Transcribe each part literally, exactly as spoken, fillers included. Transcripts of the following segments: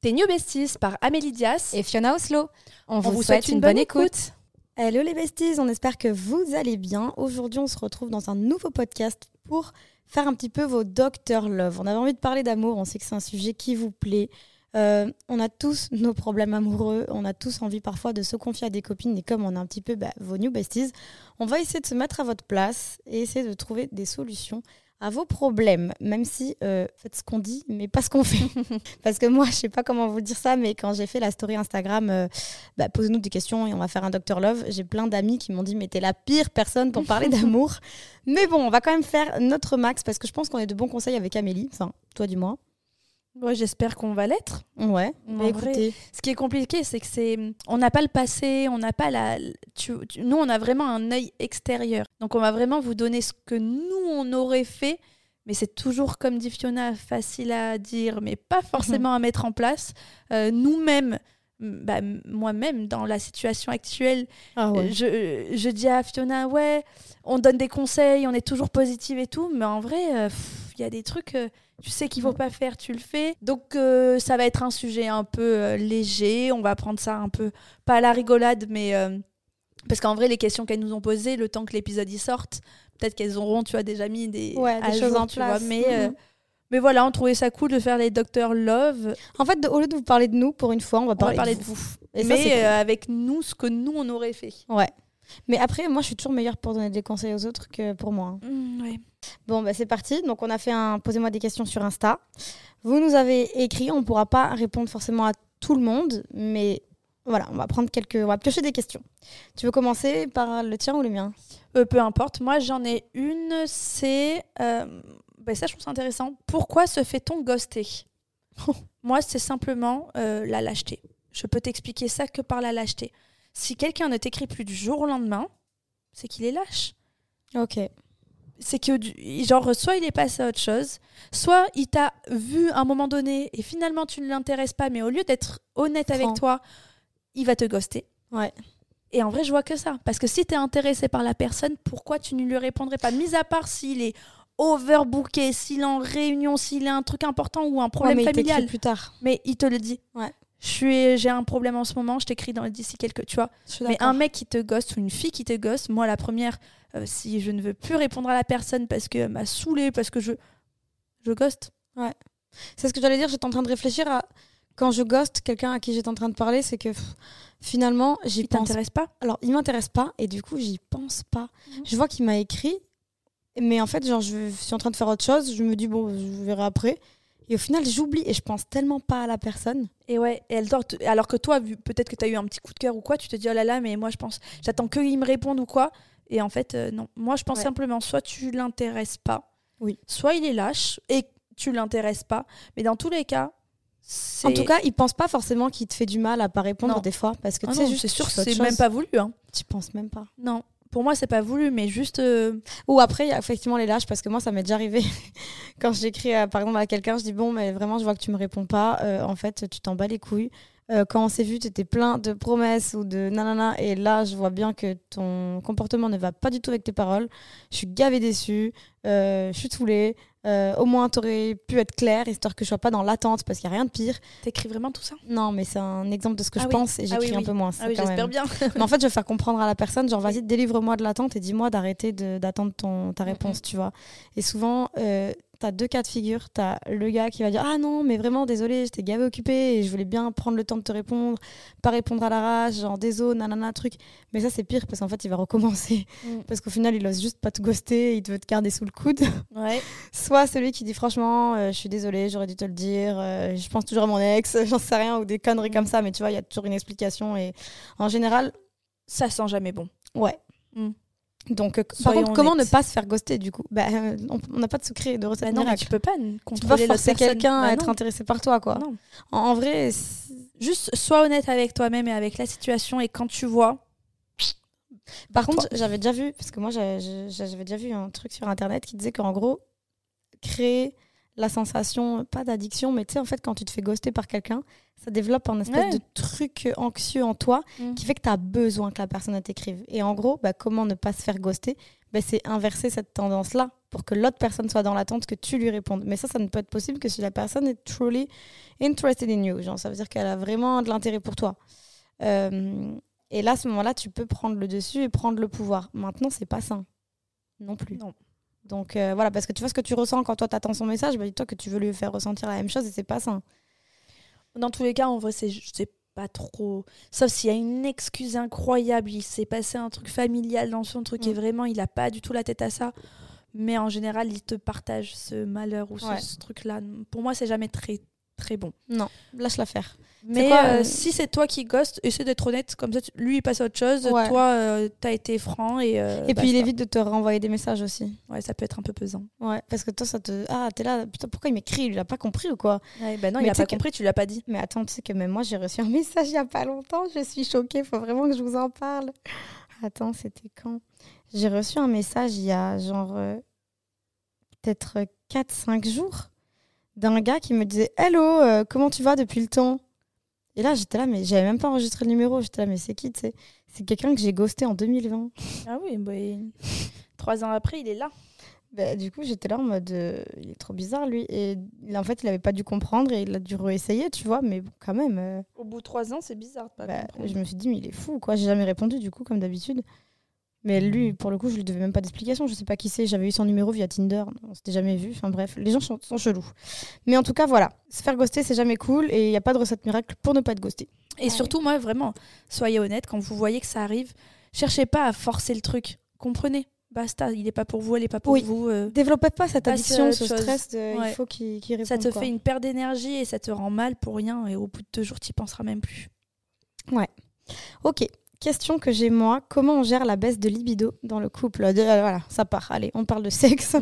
Tes New Besties par Amélie Dias et Fiona Oslo. On, On vous, vous souhaite, souhaite une une bonne bonne écoute. écoute. Hello les besties, on espère que vous allez bien. Aujourd'hui, on se retrouve dans un nouveau podcast pour faire un petit peu vos docteur Love. On avait envie de parler d'amour, on sait que c'est un sujet qui vous plaît. Euh, on a tous nos problèmes amoureux, on a tous envie parfois de se confier à des copines et comme on a un petit peu bah, vos new besties, on va essayer de se mettre à votre place et essayer de trouver des solutions à vos problèmes, même si euh, faites ce qu'on dit, mais pas ce qu'on fait. Parce que moi, je sais pas comment vous dire ça, mais quand j'ai fait la story Instagram, euh, bah, posez-nous des questions et on va faire un docteur Love, j'ai plein d'amis qui m'ont dit, mais t'es la pire personne pour parler d'amour. Mais bon, on va quand même faire notre max, parce que je pense qu'on est de bons conseils avec Amélie, enfin, toi du moins. Ouais, j'espère qu'on va l'être. Ouais, En bah, vrai, écoutez. Ce qui est compliqué, c'est que c'est, on n'a pas le passé, on n'a pas la. Tu, tu- nous, on a vraiment un œil extérieur. Donc, on va vraiment vous donner ce que nous on aurait fait, mais c'est toujours, comme dit Fiona, facile à dire, mais pas forcément à mettre en place. Euh, nous-mêmes, m- bah, m- moi-même, dans la situation actuelle, Ah ouais. je, je dis à Fiona, ouais, on donne des conseils, on est toujours positive et tout, mais en vrai, euh, pff, il y a des trucs. euh, Tu sais qu'il ne faut pas faire, tu le fais. Donc, euh, ça va être un sujet un peu euh, léger. On va prendre ça un peu, pas à la rigolade, mais... euh, parce qu'en vrai, les questions qu'elles nous ont posées, le temps que l'épisode y sorte, peut-être qu'elles auront, tu vois, déjà mis des, Ouais, des à choses jour, en tu vois. place. Mais, euh, Mhm. mais voilà, on trouvait ça cool de faire les docteur Love. En fait, de- au lieu de vous parler de nous, pour une fois, on va On va parler, parler de de vous. vous. Et ça, mais c'est cool. euh, avec nous, ce que nous, on aurait fait. Ouais. Mais après, moi, je suis toujours meilleure pour donner des conseils aux autres que pour moi. hein. Mmh, ouais. Bon, bah, c'est parti. Donc, on a fait un posez-moi des questions sur Insta. Vous nous avez écrit. On ne pourra pas répondre forcément à tout le monde, mais voilà, on va prendre quelques. On va piocher des questions. Tu veux commencer par le tien ou le mien? Euh, peu importe. Moi, j'en ai une. C'est... euh, bah, ça, je trouve ça intéressant. Pourquoi se fait-on ghoster? Moi, c'est simplement euh, la lâcheté. Je peux t'expliquer ça que par la lâcheté. Si quelqu'un ne t'écrit plus du jour au lendemain, c'est qu'il est lâche. Ok. C'est que, du- genre, soit il est passé à autre chose, soit il t'a vu à un moment donné et finalement tu ne l'intéresses pas, mais au lieu d'être honnête Franc. avec toi, il va te ghoster. Ouais. Et en vrai, je vois que ça. Parce que si tu es intéressé par la personne, pourquoi tu ne lui répondrais pas? Mis à part s'il est overbooké, s'il est en réunion, s'il a un truc important ou un problème Ouais, mais il familial. t'écrit plus tard. Mais il te le dit. Ouais. Je suis, j'ai un problème en ce moment, je t'écris dans d'ici quelques, tu vois. Je suis Mais d'accord. un mec qui te ghoste ou une fille qui te ghoste, moi la première, euh, si je ne veux plus répondre à la personne parce qu'elle m'a saoulée, parce que je, je ghoste. C'est ce que j'allais dire. J'étais en train de réfléchir à quand je ghost quelqu'un à qui j'étais en train de parler, c'est que pff, finalement, j'y Il pense. t'intéresse pas? Alors, il m'intéresse pas et du coup, j'y pense pas. Mhm. Je vois qu'il m'a écrit, mais en fait, genre, je suis en train de faire autre chose. Je me dis bon, je verrai après. Et au final, j'oublie et je pense tellement pas à la personne. Et ouais, et elle dort. te- Alors que toi, vu- peut-être que tu as eu un petit coup de cœur ou quoi, tu te dis oh là là, mais moi je pense, j'attends qu'il me réponde ou quoi. Et en fait, euh, non. Moi je pense Ouais. simplement, soit tu l'intéresses pas, Oui. soit il est lâche et tu l'intéresses pas. Mais dans tous les cas, c'est. En tout cas, il pense pas forcément qu'il te fait du mal à pas répondre Non. des fois parce que Ah tu non, sais juste c'est sûr tu que fais autre c'est chose. même pas voulu. Hein. Tu penses même pas. Non. Pour moi, c'est pas voulu, mais juste. euh, Ou après, il y a effectivement les lâches parce que moi, ça m'est déjà arrivé quand j'écris euh, par exemple à quelqu'un, je dis bon, mais vraiment, je vois que tu me réponds pas. Euh, en fait, tu t'en bats les couilles. Euh, quand on s'est vu, tu étais plein de promesses ou de nanana. Et là, je vois bien que ton comportement ne va pas du tout avec tes paroles. Je suis gavée déçue. Euh, je suis saoulée. Euh, au moins, tu aurais pu être claire, histoire que je sois pas dans l'attente parce qu'il n'y a rien de pire. T'écris vraiment tout ça? Non, mais c'est un exemple de ce que Ah je oui. pense et Ah j'écris oui, un oui. peu moins. Ah oui, c'est quand j'espère même- bien. Mais en fait, je veux faire comprendre à la personne, genre, vas-y, délivre-moi de l'attente et dis-moi d'arrêter de- d'attendre ton, ta réponse, tu vois. Et souvent, euh, t'as deux cas de figure. T'as le gars qui va dire, ah non, mais vraiment, désolé, j'étais gavé occupé et je voulais bien prendre le temps de te répondre, pas répondre à l'arrache, genre, désolé, nanana, truc. Mais ça, c'est pire parce qu'en fait, il va recommencer. Mm. Parce qu'au final, il ose juste pas te ghoster, il te veut te garder sous le coude. Ouais. Soit celui qui dit, franchement, euh, je suis désolée, j'aurais dû te le dire, euh, je pense toujours à mon ex, j'en sais rien, ou des conneries comme ça, mais tu vois, il y a toujours une explication. Et en général, Ça sent jamais bon. ouais. Mm. Donc, euh, par Soyons contre, comment honnêtes. ne pas se faire ghoster du coup? Bah, euh, on on n'a pas de secret, de recette Bah non, mais miracle. tu peux pas n- Tu peux pas contrôler l'autre forcer personne. quelqu'un Bah à être non. intéressé par toi, quoi. Non. En, en vrai, c'est- Juste sois honnête avec toi-même et avec la situation et quand tu vois. par Barre-toi. contre, j'avais déjà vu, parce que moi, j'ai- j'ai- j'avais déjà vu un truc sur Internet qui disait qu'en gros, créer la sensation, pas d'addiction, mais tu sais, en fait, quand tu te fais ghoster par quelqu'un, ça développe un espèce Ouais. de truc anxieux en toi Mm. qui fait que tu as besoin que la personne elle t'écrive. Et en gros, bah, comment ne pas se faire ghoster? Bah, c'est inverser cette tendance-là pour que l'autre personne soit dans l'attente que tu lui répondes. Mais ça, ça ne peut être possible que si la personne est truly interested in you. Genre, ça veut dire qu'elle a vraiment de l'intérêt pour toi. Euh, et là, à ce moment-là, tu peux prendre le dessus et prendre le pouvoir. Maintenant, c'est pas sain. Non plus. Non. Donc euh, voilà, parce que tu vois ce que tu ressens quand toi, t'attends son message, bah, dis-toi que tu veux lui faire ressentir la même chose et c'est pas sain. Dans tous les cas, en vrai, c'est, c'est pas trop... Sauf s'il y a une excuse incroyable, il s'est passé un truc familial dans son truc mmh. et vraiment, il a pas du tout la tête à ça. Mais en général, il te partage ce malheur ou ce, ouais. ce truc-là. Pour moi, c'est jamais très, très bon. Non, lâche-la faire. Mais quoi, euh, euh... si c'est toi qui ghost, essaie d'être honnête. Comme ça, tu... lui, il passe à autre chose. Ouais. Toi, euh, t'as été franc. Et, euh, et puis, il évite de te renvoyer des messages aussi. Ouais, ça peut être un peu pesant. Ouais, parce que toi, ça te... Ah, t'es là, putain, pourquoi il m'écrit ? Il a pas compris ou quoi ? Ouais, bah non, mais il a pas que... compris, tu l'as pas dit. Mais attends, tu sais que même moi, j'ai reçu un message il y a pas longtemps. Je suis choquée, faut vraiment que je vous en parle. Attends, c'était quand ? J'ai reçu un message il y a genre... Euh... peut-être quatre cinq jours d'un gars qui me disait « Hello, euh, comment tu vas depuis le temps ?» Et là, j'étais là, mais j'avais même pas enregistré le numéro. J'étais là, mais c'est qui, tu sais ? C'est quelqu'un que j'ai ghosté en deux mille vingt. Ah oui, bah, il... trois ans après, il est là. Bah, du coup, j'étais là en mode, euh, il est trop bizarre, lui. Et en fait, il avait pas dû comprendre et il a dû réessayer, tu vois, mais bon, quand même. Euh... Au bout de trois ans, c'est bizarre de pas bah, comprendre. Je me suis dit, mais il est fou, quoi. J'ai jamais répondu, du coup, comme d'habitude. Mais lui, pour le coup, je lui devais même pas d'explication. Je sais pas qui c'est. J'avais eu son numéro via Tinder. On s'était jamais vu. Enfin bref, les gens sont, sont chelous. Mais en tout cas, voilà. Se faire ghoster, c'est jamais cool. Et il n'y a pas de recette miracle pour ne pas être ghosté. Et ouais. surtout, moi, vraiment, soyez honnête. Quand vous voyez que ça arrive, cherchez pas à forcer le truc. Comprenez. Basta. Il n'est pas pour vous, elle n'est pas pour oui. vous. Euh... Développez pas cette addiction, ce chose. stress. De, ouais. Il faut qu'il, qu'il réponde. Ça te quoi. fait une perte d'énergie et ça te rend mal pour rien. Et au bout de deux jours, tu n'y penseras même plus. Ouais. Ok. Question que j'ai moi, comment on gère la baisse de libido dans le couple ? de, euh, Voilà, ça part. Allez, on parle de sexe.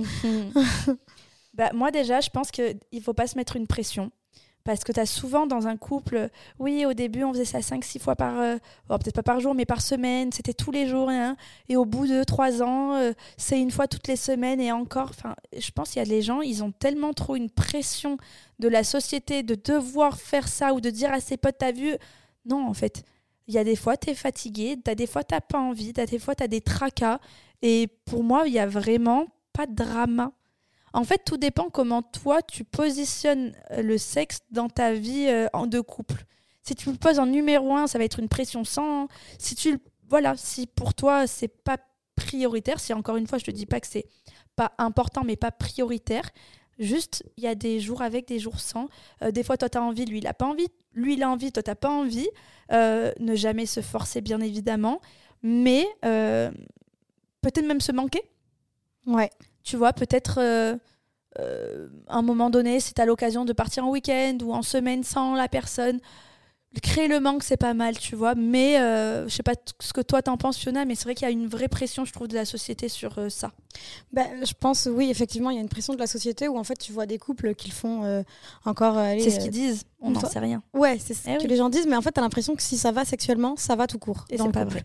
bah, moi déjà, je pense qu'il ne faut pas se mettre une pression. Parce que tu as souvent dans un couple, oui, au début, on faisait ça cinq six fois par... Euh, oh, peut-être pas par jour, mais par semaine. C'était tous les jours. Hein, et au bout de trois ans, euh, c'est une fois toutes les semaines et encore. Enfin, je pense qu'il y a des gens, ils ont tellement trop une pression de la société de devoir faire ça ou de dire à ses potes, t'as vu ? Non, en fait. Il y a des fois, tu es fatigué, t'as des fois, tu n'as pas envie, t'as des fois, tu as des tracas. Et pour moi, il n'y a vraiment pas de drama. En fait, tout dépend comment toi, tu positionnes le sexe dans ta vie euh, en deux couple. Si tu le poses en numéro un, ça va être une pression sans... Si tu voilà, si pour toi, c'est pas prioritaire, si encore une fois, je te dis pas que c'est pas important, mais pas prioritaire, juste, il y a des jours avec, des jours sans. Euh, des fois, toi, tu as envie, lui, il n'a pas envie. Lui, il a envie, toi, tu n'as pas envie. Euh, ne jamais se forcer, bien évidemment. Mais euh, peut-être même se manquer. Ouais. Tu vois, peut-être euh, euh, à un moment donné, si tu as l'occasion de partir en week-end ou en semaine sans la personne, créer le manque, c'est pas mal, tu vois. Mais euh, je sais pas t- ce que toi t'en penses, Fiona, mais c'est vrai qu'il y a une vraie pression, je trouve, de la société sur euh, ça. Bah, je pense, oui, effectivement, il y a une pression de la société où en fait tu vois des couples qui le font euh, encore. Euh, allez, c'est ce qu'ils disent, on n'en sait rien. Ouais, c'est ce eh que oui. les gens disent, mais en fait, t'as l'impression que si ça va sexuellement, ça va tout court. Et dans c'est le pas couple. vrai.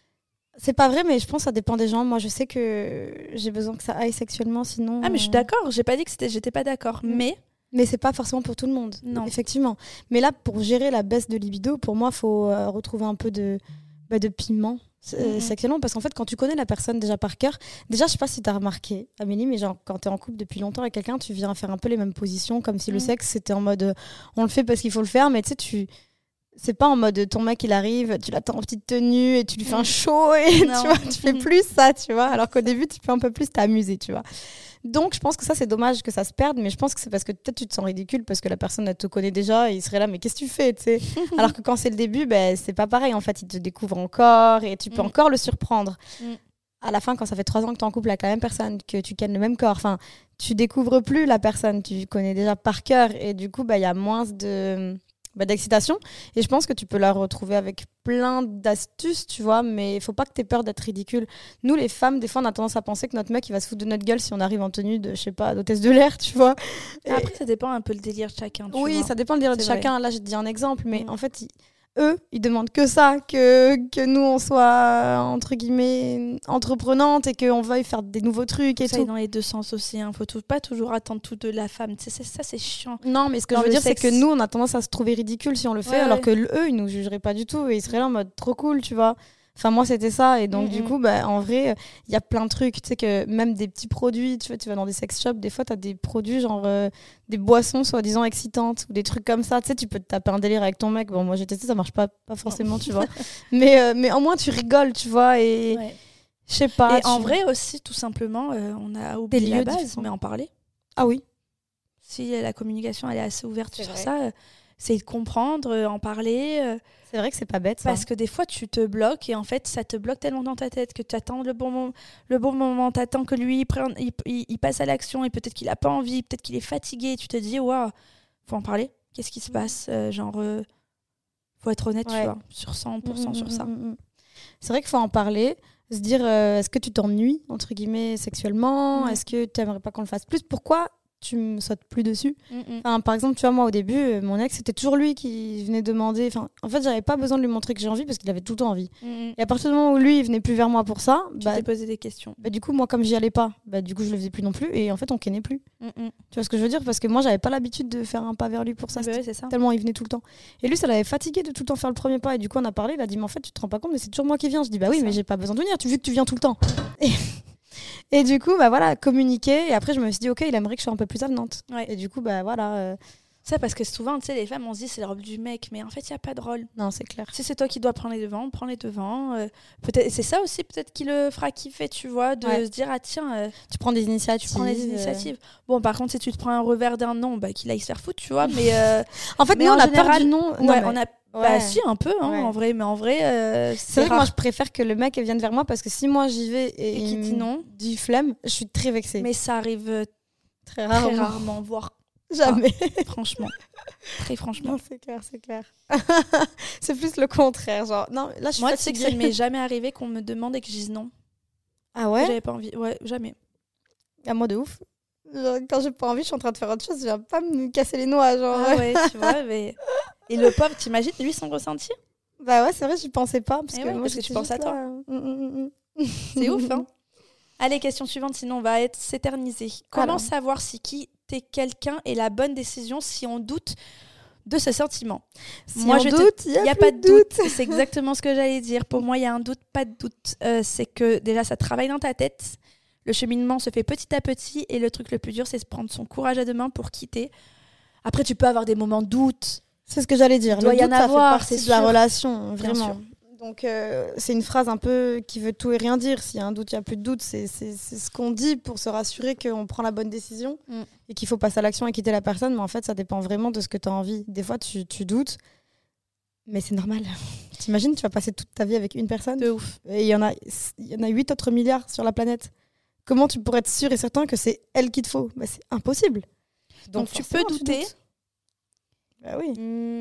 C'est pas vrai, mais je pense que ça dépend des gens. Moi, je sais que j'ai besoin que ça aille sexuellement, sinon. Ah, mais je suis d'accord, j'ai pas dit que c'était, j'étais pas d'accord, mmh. mais. Mais c'est pas forcément pour tout le monde, non. Effectivement. Mais là, pour gérer la baisse de libido, pour moi, il faut euh, retrouver un peu de, bah, de piment euh, mm-hmm. sexuellement. Parce qu'en fait, quand tu connais la personne déjà par cœur, déjà, je sais pas si tu as remarqué, Amélie, mais genre, quand tu es en couple depuis longtemps avec quelqu'un, tu viens faire un peu les mêmes positions, comme si mm-hmm. le sexe, c'était en mode, euh, on le fait parce qu'il faut le faire, mais tu sais, tu... c'est pas en mode ton mec il arrive, tu l'attends en petite tenue et tu lui fais un show et tu vois, tu fais plus ça, tu vois. Alors qu'au début, tu peux un peu plus t'amuser, tu vois. Donc, je pense que ça, c'est dommage que ça se perde, mais je pense que c'est parce que peut-être tu te sens ridicule parce que la personne, elle te connaît déjà et il serait là, mais qu'est-ce que tu fais, tu sais. Alors que quand c'est le début, ben, c'est pas pareil. En fait, il te découvre encore et tu peux mm. encore le surprendre. Mm. À la fin, quand ça fait trois ans que tu es en couple avec la même personne, que tu kennes le même corps, enfin, tu découvres plus la personne, tu connais déjà par cœur et du coup, il ben, y a moins de... Bah, d'excitation et je pense que tu peux la retrouver avec plein d'astuces, tu vois, mais il faut pas que tu aies peur d'être ridicule. Nous les femmes, des fois on a tendance à penser que notre mec il va se foutre de notre gueule si on arrive en tenue de, je sais pas, d'hôtesse de l'air, tu vois. Et après ça dépend un peu le délire de chacun, tu oui vois. Ça dépend le délire c'est de vrai. chacun. Là j'ai dit un exemple, mais mmh. en fait ils... eux ils demandent que ça, que, que nous on soit entre guillemets entreprenantes et qu'on veuille faire des nouveaux trucs et ça tout. Ça dans les deux sens aussi, hein. Faut tout, pas toujours attendre tout de la femme, c'est, c'est, ça c'est chiant. Non mais ce que dans je veux dire sexe... c'est que nous on a tendance à se trouver ridicule si on le fait, ouais, alors ouais. que eux ils nous jugeraient pas du tout et ils seraient là en mode trop cool, tu vois. Enfin, moi, c'était ça. Et donc, Mm-hmm. du coup, bah, en vrai, il y a plein de trucs. Tu sais que même des petits produits, tu vois, tu vas dans des sex shops, des fois, tu as des produits genre euh, des boissons soi-disant excitantes ou des trucs comme ça. Tu sais, tu peux te taper un délire avec ton mec. Bon, moi, j'ai testé, ça marche pas, pas forcément, tu vois. Mais, euh, mais au moins, tu rigoles, tu vois. Et Ouais. je sais pas. Et tu... en vrai aussi, tout simplement, euh, on a oublié Des la lieux base, différents. mais en parler. Ah oui. Si la communication elle est assez ouverte C'est sur vrai. ça, euh, c'est de comprendre, euh, en parler. euh, C'est vrai que c'est pas bête, ça. Parce que des fois, tu te bloques et en fait, ça te bloque tellement dans ta tête que tu attends le bon, moment, le bon moment, tu attends que lui il, prenne, il, il- il passe à l'action et peut-être qu'il a pas envie, peut-être qu'il est fatigué. Tu te dis, waouh, faut en parler. Qu'est-ce qui se passe Euh, Genre, euh, faut être honnête, Ouais. tu vois, sur cent pour cent Mm, sur mm, ça. mm, mm. C'est vrai qu'il faut en parler, se dire euh, est-ce que tu t'ennuies, entre guillemets, sexuellement Mm. Est-ce que tu aimerais pas qu'on le fasse plus Pourquoi tu me sautes plus dessus Mm, mm. Enfin, par exemple, tu vois, moi au début, euh, mon ex, c'était toujours lui qui venait demander. Enfin, en fait, j'avais pas besoin de lui montrer que j'ai envie parce qu'il avait tout le temps envie. Mm, mm. Et à partir du moment où lui, il venait plus vers moi pour ça, Tu bah, t'es posé des questions. bah, du coup, moi, comme j'y allais pas, bah, du coup, je le faisais plus non plus. Et en fait, on kennait plus. Mm, mm. Tu vois ce que je veux dire Parce que moi, j'avais pas l'habitude de faire un pas vers lui pour ça. Ah bah C'était ouais, c'est ça. tellement il venait tout le temps. Et lui, ça l'avait fatigué de tout le temps faire le premier pas. Et du coup, on a parlé. Il a dit, mais en fait, tu te rends pas compte, mais c'est toujours moi qui viens. Je dis, bah oui, C'est mais ça. j'ai pas besoin de venir. Tu vu que tu viens tout le temps. Et, et du coup, bah voilà, communiquer. Et après, je me suis dit, ok, il aimerait que je sois un peu plus avenante. Ouais. Et du coup, bah voilà. euh, Ça, parce que souvent, tu sais, les femmes, on se dit c'est le rôle du mec, mais en fait, il n'y a pas de rôle. Non, c'est clair. Si c'est toi qui dois prendre les devants, prends les devants. euh, peut-être, c'est ça aussi, peut-être, qui le fera kiffer, tu vois, de Ouais. se dire, ah tiens, euh, Tu prends des initiatives. tu prends des euh. initiatives. Bon, par contre, si tu te prends un revers d'un nom, bah, qu'il aille se faire foutre, tu vois, mais. euh, En fait, Mais nous, en on a général, peur du nom. Non, ouais, mais- on a. Ouais. Bah, si, un peu, hein, Ouais. en vrai, mais en vrai, euh, c'est, C'est vrai que rare. moi, je préfère que le mec vienne vers moi parce que si moi j'y vais et, Et il qu'il dit me non. dit flemme, je suis très vexée. Mais ça arrive euh, très très rarement. rarement, voire Jamais. franchement. Très franchement. Non, c'est clair, c'est clair. C'est plus le contraire. Genre, non, là, je suis Moi, tu sais que ça ne fatiguée. m'est jamais arrivé qu'on me demande et que je dise non. Ah ouais J'avais pas envie. Ouais, jamais. À moi de ouf. Genre, quand j'ai pas envie, je suis en train de faire autre chose, je viens pas me casser les noix. Genre, Ah ouais, tu vois, mais. Et le pauvre, t'imagines, lui, son ressenti Bah ouais, c'est vrai, j'y pensais pas. Parce Eh que ouais, moi, parce que j'étais tu penses juste à toi. là. Mm, mm, mm. C'est ouf, hein. Allez, question suivante, sinon on va être s'éterniser. Comment Alors. savoir si quitter quelqu'un est la bonne décision si on doute de ce sentiment Si Moi, on je te- doute, il y a, Il n'y a plus pas de de doute. C'est exactement ce que j'allais dire. Pour moi, il y a un doute, pas de doute. Euh, c'est que déjà, ça travaille dans ta tête. Le cheminement se fait petit à petit. Et le truc le plus dur, c'est de prendre son courage à deux mains pour quitter. Après, tu peux avoir des moments de doute. C'est ce que j'allais dire. Il doit Le y en doute, ça avoir, fait partie c'est de la sûr. relation, Bien vraiment. sûr. Donc, euh, c'est une phrase un peu qui veut tout et rien dire. S'il y a un doute, il n'y a plus de doute. C'est, c'est, c'est ce qu'on dit pour se rassurer qu'on prend la bonne décision Mm. et qu'il faut passer à l'action et quitter la personne. Mais en fait, ça dépend vraiment de ce que tu as envie. Des fois, tu, tu doutes, mais c'est normal. T'imagines, tu vas passer toute ta vie avec une personne De ouf. et il y en a, il y en a huit autres milliards sur la planète. Comment tu pourrais être sûr et certain que c'est elle qu'il te faut ? Bah, c'est impossible. Donc, tu forcément, peux douter. doutes. Bah oui.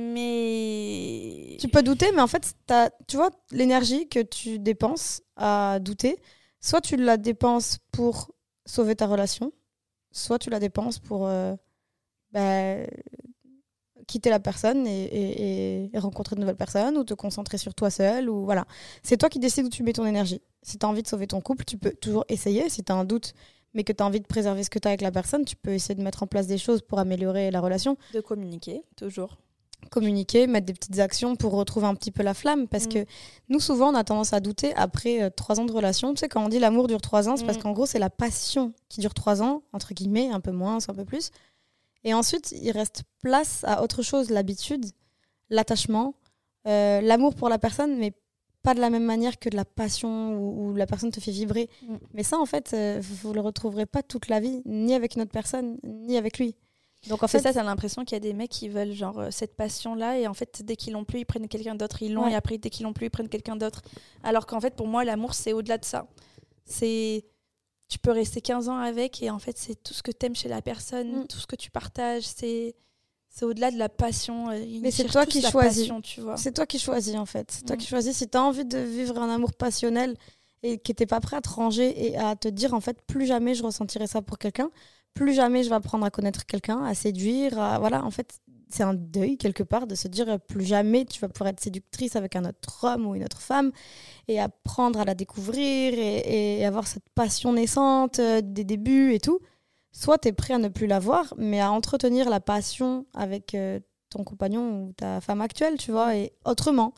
Mais. Tu peux douter, mais en fait, t'as- tu vois, l'énergie que tu dépenses à douter, soit tu la dépenses pour sauver ta relation, soit tu la dépenses pour euh, bah, quitter la personne et, et- et rencontrer de nouvelles personnes ou te concentrer sur toi seul. Ou, voilà. C'est toi qui décides où tu mets ton énergie. Si tu as envie de sauver ton couple, tu peux toujours essayer. Si tu as un doute, mais que tu as envie de préserver ce que tu as avec la personne, tu peux essayer de mettre en place des choses pour améliorer la relation. De communiquer, toujours. Communiquer, mettre des petites actions pour retrouver un petit peu la flamme. Parce Mm. que nous, souvent, on a tendance à douter après euh, trois ans de relation. Tu sais, quand on dit l'amour dure trois ans, c'est parce Mm. qu'en gros, c'est la passion qui dure trois ans, entre guillemets, un peu moins, soit un peu plus. Et ensuite, il reste place à autre chose, l'habitude, l'attachement, euh, l'amour pour la personne, mais pas de la même manière que de la passion où, où la personne te fait vibrer. Mm. Mais ça, en fait, euh, vous le retrouverez pas toute la vie, ni avec une autre personne, ni avec lui. Donc, en C'est fait, ça, t'as l'impression qu'il y a des mecs qui veulent genre euh, cette passion-là et en fait dès qu'ils l'ont plus, ils prennent quelqu'un d'autre, ils l'ont Ouais. et après dès qu'ils l'ont plus, ils prennent quelqu'un d'autre. Alors qu'en fait pour moi l'amour c'est au-delà de ça. C'est tu peux rester quinze ans avec et en fait c'est tout ce que t'aimes chez la personne, Mm. tout ce que tu partages, c'est c'est au-delà de la passion. Mais c'est toi qui choisis. Passion, tu vois. c'est toi qui choisis, en fait. C'est toi Mm. qui choisis. Si tu as envie de vivre un amour passionnel et que tu n'es pas prêt à te ranger et à te dire, en fait, plus jamais je ressentirai ça pour quelqu'un, plus jamais je vais apprendre à connaître quelqu'un, à séduire. À... Voilà, en fait, c'est un deuil, quelque part, de se dire, euh, plus jamais tu vas pouvoir être séductrice avec un autre homme ou une autre femme et apprendre à la découvrir et, et avoir cette passion naissante euh, des débuts et tout. Soit tu es prêt à ne plus l'avoir, mais à entretenir la passion avec euh, ton compagnon ou ta femme actuelle, tu vois, et autrement,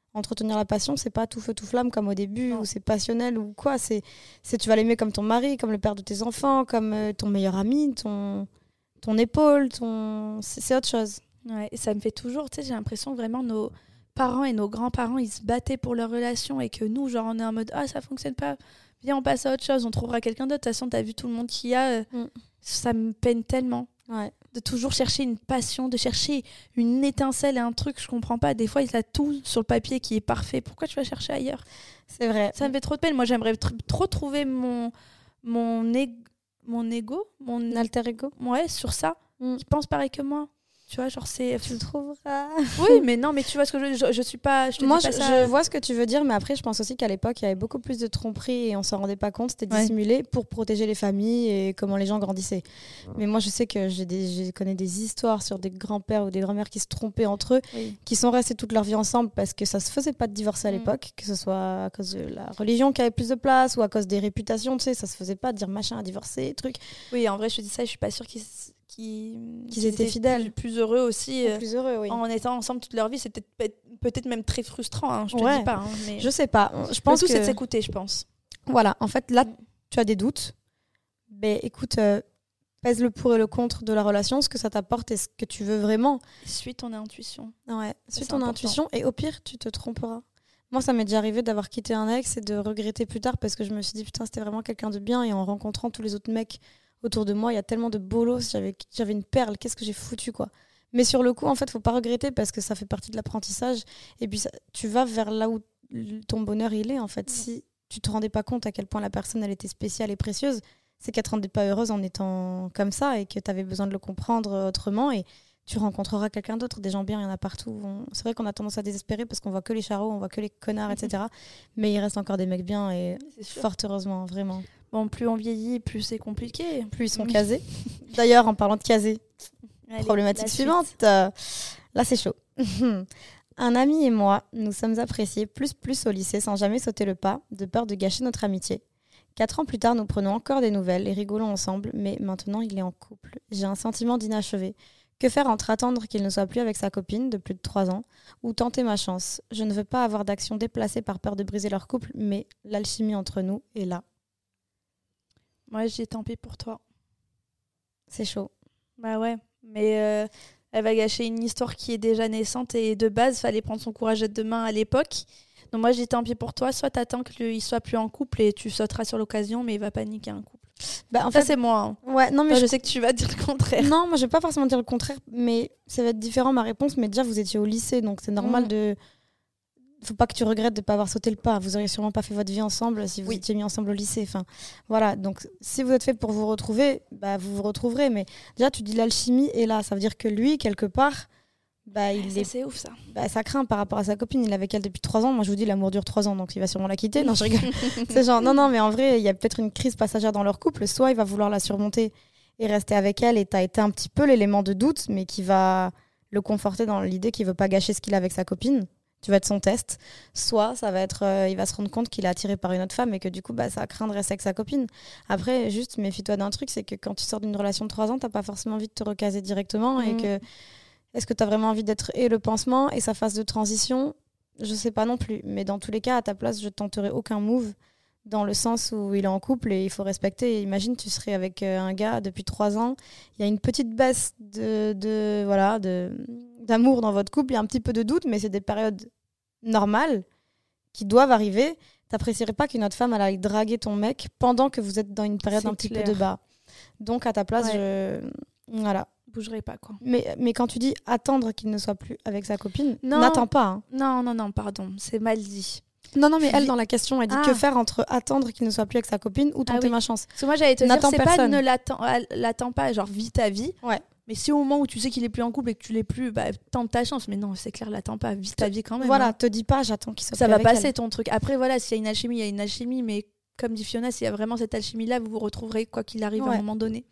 Entretenir la passion, c'est pas tout feu tout flamme comme au début, non. Ou c'est passionnel ou quoi. C'est, c'est tu vas l'aimer comme ton mari, comme le père de tes enfants, comme euh, ton meilleur ami, ton, ton épaule, ton... C'est, c'est autre chose. Ouais, et ça me fait toujours, tu sais, j'ai l'impression que vraiment nos parents et nos grands-parents, ils se battaient pour leur relation et que nous, genre, on est en mode « Ah, ça fonctionne pas, viens, on passe à autre chose, on trouvera quelqu'un d'autre. » De toute façon, t'as vu tout le monde qu'il y a. Euh, mm. Ça me peine tellement. Ouais. De toujours chercher une passion, de chercher une étincelle et un truc, je comprends pas. Des fois, il a tout sur le papier qui est parfait. Pourquoi tu vas chercher ailleurs ? C'est vrai. Ça me fait trop de peine. Moi, j'aimerais tr- trop trouver mon, mon, ég- mon ego, mon alter ego. Ouais, sur ça, mm. qui pense pareil que moi. Tu vois, genre, c'est... Tu le trouveras. Oui, mais non, mais tu vois ce que je veux dire. Je, je suis pas... Je te Moi, dis pas je, ça. je vois ce que tu veux dire, mais après, je pense aussi qu'à l'époque, il y avait beaucoup plus de tromperies et on s'en rendait pas compte. C'était dissimulé ouais. pour protéger les familles et comment les gens grandissaient. Mais moi, je sais que j'ai des, je connais des histoires sur des grands-pères ou des grands-mères qui se trompaient entre eux, oui. qui sont restés toute leur vie ensemble parce que ça se faisait pas de divorcer à l'époque, mmh. que ce soit à cause de la religion qui avait plus de place ou à cause des réputations, tu sais, ça se faisait pas de dire machin à divorcer, truc. Oui, en vrai, je te dis ça, je suis pas sûre qu'ils... Qui, qu'ils étaient fidèles, plus, plus heureux aussi, euh, plus heureux, oui. en étant ensemble toute leur vie. C'est peut-être, peut-être même très frustrant, hein, je te ouais. dis pas. Hein, mais... Je sais pas. Je pense le tout, que... c'est de s'écouter, je pense. Voilà, en fait, là, tu as des doutes. Mais écoute, euh, pèse le pour et le contre de la relation, ce que ça t'apporte et ce que tu veux vraiment. Suis ton intuition. Ouais, suis ton important. intuition et au pire, tu te tromperas. Moi, ça m'est déjà arrivé d'avoir quitté un ex et de regretter plus tard parce que je me suis dit, putain, c'était vraiment quelqu'un de bien. Et en rencontrant tous les autres mecs autour de moi, il y a tellement de bolos, j'avais, j'avais une perle, qu'est-ce que j'ai foutu, quoi. Mais sur le coup, en fait, faut pas regretter parce que ça fait partie de l'apprentissage. Et puis, ça, tu vas vers là où ton bonheur, il est, en fait. Ouais. Si tu te rendais pas compte à quel point la personne, elle était spéciale et précieuse, c'est qu'elle te rendait pas heureuse en étant comme ça et que tu avais besoin de le comprendre autrement. Et tu rencontreras quelqu'un d'autre. Des gens bien, il y en a partout. On... C'est vrai qu'on a tendance à désespérer parce qu'on voit que les charros, on voit que les connards, et cetera. Mais il reste encore des mecs bien et fort heureusement, vraiment. Bon, plus on vieillit, plus c'est compliqué. Plus ils sont casés. D'ailleurs, en parlant de casés, Allez, problématique suivante. Euh, là, c'est chaud. Un ami et moi, nous sommes appréciés plus plus au lycée sans jamais sauter le pas, de peur de gâcher notre amitié. Quatre ans plus tard, nous prenons encore des nouvelles et rigolons ensemble, mais maintenant, il est en couple. J'ai un sentiment d'inachevé. Que faire entre attendre qu'il ne soit plus avec sa copine de plus de trois ans ou tenter ma chance ? Je ne veux pas avoir d'action déplacée par peur de briser leur couple, mais l'alchimie entre nous est là. Moi, j'ai tant pis pour toi. C'est chaud. Bah ouais, mais euh, elle va gâcher une histoire qui est déjà naissante et de base, il fallait prendre son courage à deux mains à l'époque. Donc moi, j'ai tant pis pour toi. Soit t'attends qu'il soit plus en couple et tu sauteras sur l'occasion, mais il va pas niquer un couple. Bah, en Ça, fait, c'est moi. Hein. Ouais, non, mais Toi, je... je sais que tu vas dire le contraire. Non, moi, je vais pas forcément dire le contraire, mais ça va être différent ma réponse. Mais déjà, vous étiez au lycée, donc c'est normal mmh. de... Faut pas que tu regrettes de pas avoir sauté le pas. Vous auriez sûrement pas fait votre vie ensemble si vous oui. étiez mis ensemble au lycée. Enfin, voilà. Donc, si vous êtes fait pour vous retrouver, bah, vous vous retrouverez. Mais déjà, tu dis l'alchimie est là. Ça veut dire que lui, quelque part, bah, il ça, est... c'est ouf, ça. Bah, ça craint par rapport à sa copine. Il est avec elle depuis trois ans. Moi, je vous dis, l'amour dure trois ans, donc il va sûrement la quitter. Non, je rigole. C'est genre, non, non, mais en vrai, il y a peut-être une crise passagère dans leur couple. Soit il va vouloir la surmonter et rester avec elle, et t'as été un petit peu l'élément de doute, mais qui va le conforter dans l'idée qu'il veut pas gâcher ce qu'il a avec sa copine. Tu vas être son test. Soit ça va être, euh, il va se rendre compte qu'il est attiré par une autre femme et que du coup, bah, ça craint de rester avec sa copine. Après, juste méfie-toi d'un truc, c'est que quand tu sors d'une relation de trois ans, t'as pas forcément envie de te recaser directement. Mmh. Et que, est-ce que t'as vraiment envie d'être et le pansement et sa phase de transition ? Je sais pas non plus. Mais dans tous les cas, à ta place, je tenterai aucun move dans le sens où il est en couple et il faut respecter. Imagine, tu serais avec un gars depuis trois ans, il y a une petite baisse de, de, voilà, de, d'amour dans votre couple, il y a un petit peu de doute, mais c'est des périodes normales qui doivent arriver. T'apprécierais pas qu'une autre femme elle aille draguer ton mec pendant que vous êtes dans une période c'est un petit clair. peu de bas. Donc à ta place, ouais. je... Voilà. Bougerai pas, quoi. Mais, mais quand tu dis attendre qu'il ne soit plus avec sa copine, non. n'attends pas. Hein. Non, non, non, pardon, c'est mal dit. Non, non, mais elle, dans la question, elle dit ah. que faire entre attendre qu'il ne soit plus avec sa copine ou tenter ah oui. ma chance. Parce que moi, j'allais te N'attends dire, c'est personne. pas ne l'attends, l'attends pas, genre vis ta vie. Ouais. Mais si au moment où tu sais qu'il est plus en couple et que tu l'es plus, bah tente ta chance. Mais non, c'est clair, l'attends pas, vis ta vie quand même. Voilà, hein. te dis pas, j'attends qu'il soit Ça plus va avec passer elle. ton truc. Après, voilà, s'il y a une alchimie, il y a une alchimie. Mais comme dit Fiona, s'il y a vraiment cette alchimie-là, vous vous retrouverez quoi qu'il arrive ouais. à un moment donné.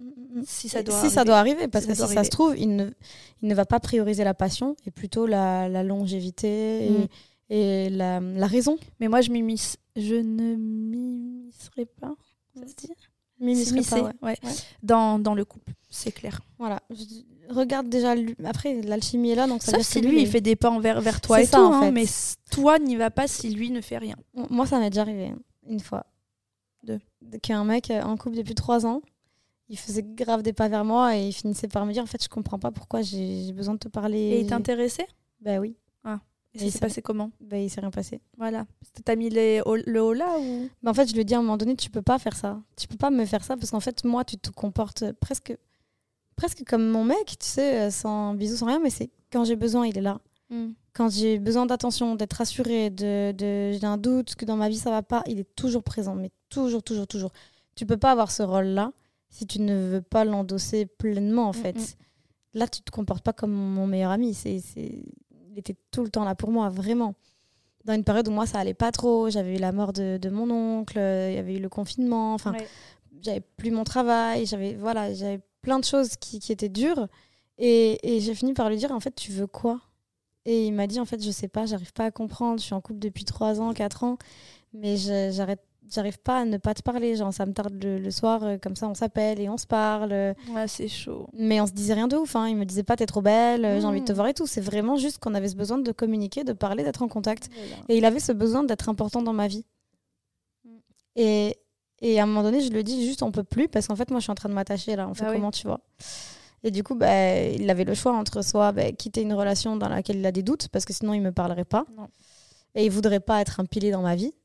Si ça doit si arriver. ça doit arriver, parce si que ça si arriver. ça se trouve, il ne, il ne va pas prioriser la passion et plutôt la, la longévité mm. et, et la, la raison. Mais moi, je m'immisce. Je ne m'immiscerai pas. Ça se dit ? Mimi serait s'immiscer, pas, ouais. ouais, Ouais. Dans, dans le couple, c'est clair. Voilà. Je- regarde déjà. lui- Après, l'alchimie est là, donc ça veut Sauf dire si que lui, lui, il fait des pas envers vers toi C'est et ça, tout, en hein, fait. mais s- toi, n'y va pas si lui ne fait rien. Moi, ça m'est déjà arrivé hein, une fois. De Qu'un mec euh, en couple depuis trois ans, il faisait grave des pas vers moi et il finissait par me dire en fait, je comprends pas pourquoi j'ai j'ai besoin de te parler. Et il t'intéressait? Bah oui. Et Et ça il s'est s'est- passé comment? Bah il s'est rien passé. Voilà. T'as mis les, le haut là ou? Bah en fait, je lui ai dit à un moment donné, tu peux pas faire ça. Tu peux pas me faire ça parce qu'en fait, moi, tu te comportes presque, presque comme mon mec, tu sais, euh, sans bisous, sans rien, mais c'est quand j'ai besoin, il est là. Mm. Quand j'ai besoin d'attention, d'être rassurée, de, de, j'ai un doute, que dans ma vie ça va pas, il est toujours présent, mais toujours, toujours, toujours. Tu peux pas avoir ce rôle-là si tu ne veux pas l'endosser pleinement, en fait. Mm, mm. Là, tu te comportes pas comme mon meilleur ami. C'est, c'est... Il était tout le temps là pour moi, vraiment. Dans une période où moi, ça allait pas trop, j'avais eu la mort de, de mon oncle, il y avait eu le confinement, enfin, Ouais. j'avais plus mon travail, j'avais, voilà, j'avais plein de choses qui, qui étaient dures. Et, et j'ai fini par lui dire, en fait, tu veux quoi? Et il m'a dit, en fait, je sais pas, j'arrive pas à comprendre. Je suis en couple depuis trois ans, quatre ans, mais je, j'arrête, j'arrive pas à ne pas te parler. Genre, ça me tarde le, le soir, euh, comme ça, on s'appelle et on se parle. euh, Ouais, c'est chaud. Mais on se disait rien de ouf. Hein. Il me disait pas, t'es trop belle, euh, j'ai envie de te Mmh. voir et tout. C'est vraiment juste qu'on avait ce besoin de communiquer, de parler, d'être en contact. Voilà. Et il avait ce besoin d'être important dans ma vie. Mm. Et, et à un moment donné, je lui ai dit juste, on peut plus, parce qu'en fait, moi, je suis en train de m'attacher là. On fait Bah oui. comment, tu vois? Et du coup, bah, il avait le choix entre soit bah, quitter une relation dans laquelle il a des doutes, parce que sinon, il me parlerait pas. Non. Et il voudrait pas être un pilier dans ma vie.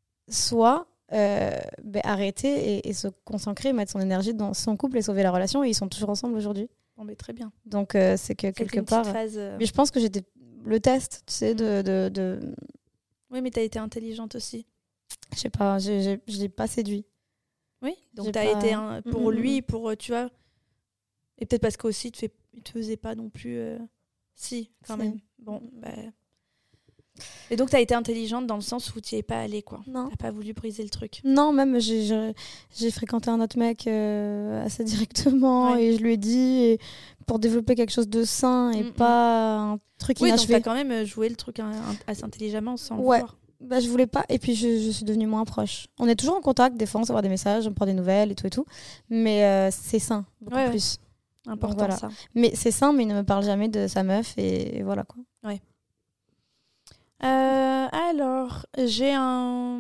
Soit euh, bah, arrêter et, et se concentrer, mettre son énergie dans son couple et sauver la relation. Et ils sont toujours ensemble aujourd'hui. Bon, mais très bien. Donc, euh, c'est que C'était quelque une part. petite phase. euh, Mais je pense que j'étais le test, tu sais, de. de, de... Oui, mais t'as été intelligente aussi. Je sais pas, j'ai- j'ai- je l'ai pas séduit. Oui. Donc J'ai t'as pas- été un- pour Mm, mm, lui, pour euh, tu vois. Et peut-être parce qu'aussi, il te, fait... il te faisait pas non plus. euh, Si, quand Si. même. Bon, bah. Et donc t'as été intelligente dans le sens où tu n'y es pas allée, quoi. Non. T'as pas voulu briser le truc. Non, même j'ai, j'ai, j'ai fréquenté un autre mec euh, assez directement Ouais. et je lui ai dit et pour développer quelque chose de sain et Mm, mm. pas un truc Oui, donc inachevé. t'as quand même euh, joué le truc hein, in- assez intelligemment sans le Ouais. vouloir. Bah, je voulais pas et puis je, je suis devenue moins proche. On est toujours en contact, des fois on s'envoie des messages, on prend des nouvelles et tout et tout, mais euh, c'est sain beaucoup Ouais, ouais. plus. Important voilà. ça. Mais c'est sain, mais il ne me parle jamais de sa meuf et, et voilà quoi. Euh, alors, j'ai un...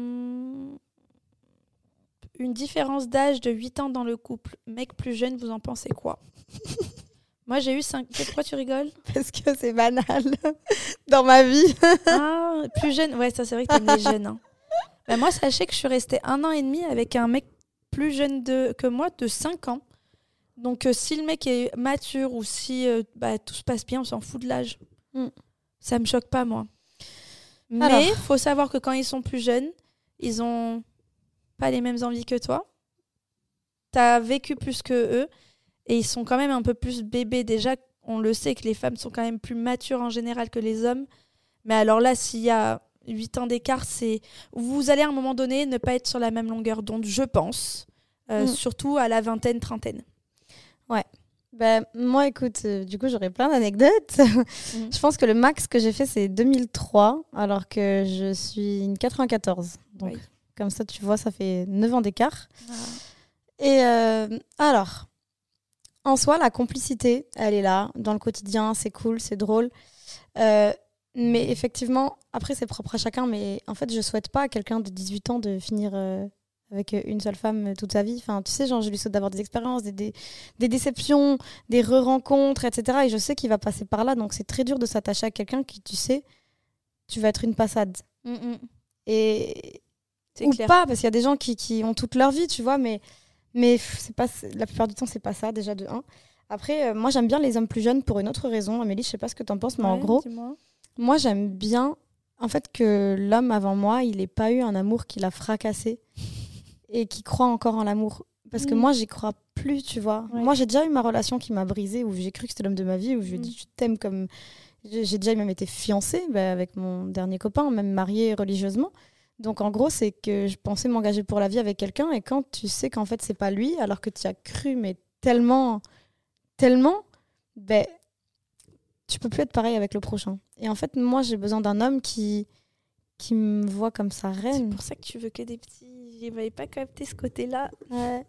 une différence d'âge de huit ans dans le couple. Mec plus jeune, vous en pensez quoi? Moi, j'ai eu cinq... Pourquoi tu rigoles? Parce que c'est banal dans ma vie. Ah, plus jeune. Ouais, ça, c'est vrai que t'aimes les jeunes. Hein. Bah, moi, sachez que je suis restée un an et demi avec un mec plus jeune de... que moi, de cinq ans. Donc, euh, si le mec est mature ou si euh, bah, tout se passe bien, on s'en fout de l'âge. Mm. Ça me choque pas, moi. Mais Alors. il faut savoir que quand ils sont plus jeunes, ils ont pas les mêmes envies que toi. T'as vécu plus que eux et ils sont quand même un peu plus bébés. Déjà, on le sait que les femmes sont quand même plus matures en général que les hommes. Mais alors là, s'il y a huit ans d'écart, c'est vous allez à un moment donné ne pas être sur la même longueur d'onde, je pense. Euh, Mm. Surtout à la vingtaine, trentaine. Ben, moi, écoute, euh, du coup, j'aurais plein d'anecdotes. Je pense que le max que j'ai fait, c'est deux mille trois, alors que je suis une quatre-vingt-quatorze. Donc, Oui. comme ça, tu vois, ça fait neuf ans d'écart. Et euh, alors, en soi, la complicité, elle est là, dans le quotidien, c'est cool, c'est drôle. Euh, mais effectivement, après, c'est propre à chacun. Mais en fait, je souhaite pas à quelqu'un de dix-huit ans de finir euh, avec une seule femme toute sa vie. Enfin, tu sais, genre, je lui souhaite d'avoir des expériences, des, des, des déceptions, des re-rencontres, et cetera. Et je sais qu'il va passer par là. Donc, c'est très dur de s'attacher à quelqu'un qui, tu sais, tu vas être une passade. Mm, mm. Et... C'est Ou clair. pas, parce qu'il y a des gens qui, qui ont toute leur vie, tu vois, mais, mais c'est pas, la plupart du temps, c'est pas ça, déjà, de un. Après, euh, moi, j'aime bien les hommes plus jeunes pour une autre raison. Amélie, je sais pas ce que t'en penses, mais en Ouais, gros, dis-moi. moi, j'aime bien, en fait, que l'homme avant moi, il ait pas eu un amour qui l'a fracassé et qui croit encore en l'amour. Parce que Mm. moi, j'y crois plus, tu vois. Ouais. Moi, j'ai déjà eu ma relation qui m'a brisée, où j'ai cru que c'était l'homme de ma vie, où je lui ai Mm. dit, je t'aime comme... J'ai j'ai déjà même été fiancée bah, avec mon dernier copain, même mariée religieusement. Donc, en gros, c'est que je pensais m'engager pour la vie avec quelqu'un, et quand tu sais qu'en fait, c'est pas lui, alors que tu y as cru, mais tellement, tellement, ben, tu peux plus être pareil avec le prochain. Et en fait, moi, j'ai besoin d'un homme qui, qui me voit comme sa C'est reine. pour ça que tu veux que des petits. J'avais pas capté ce côté-là. Ouais.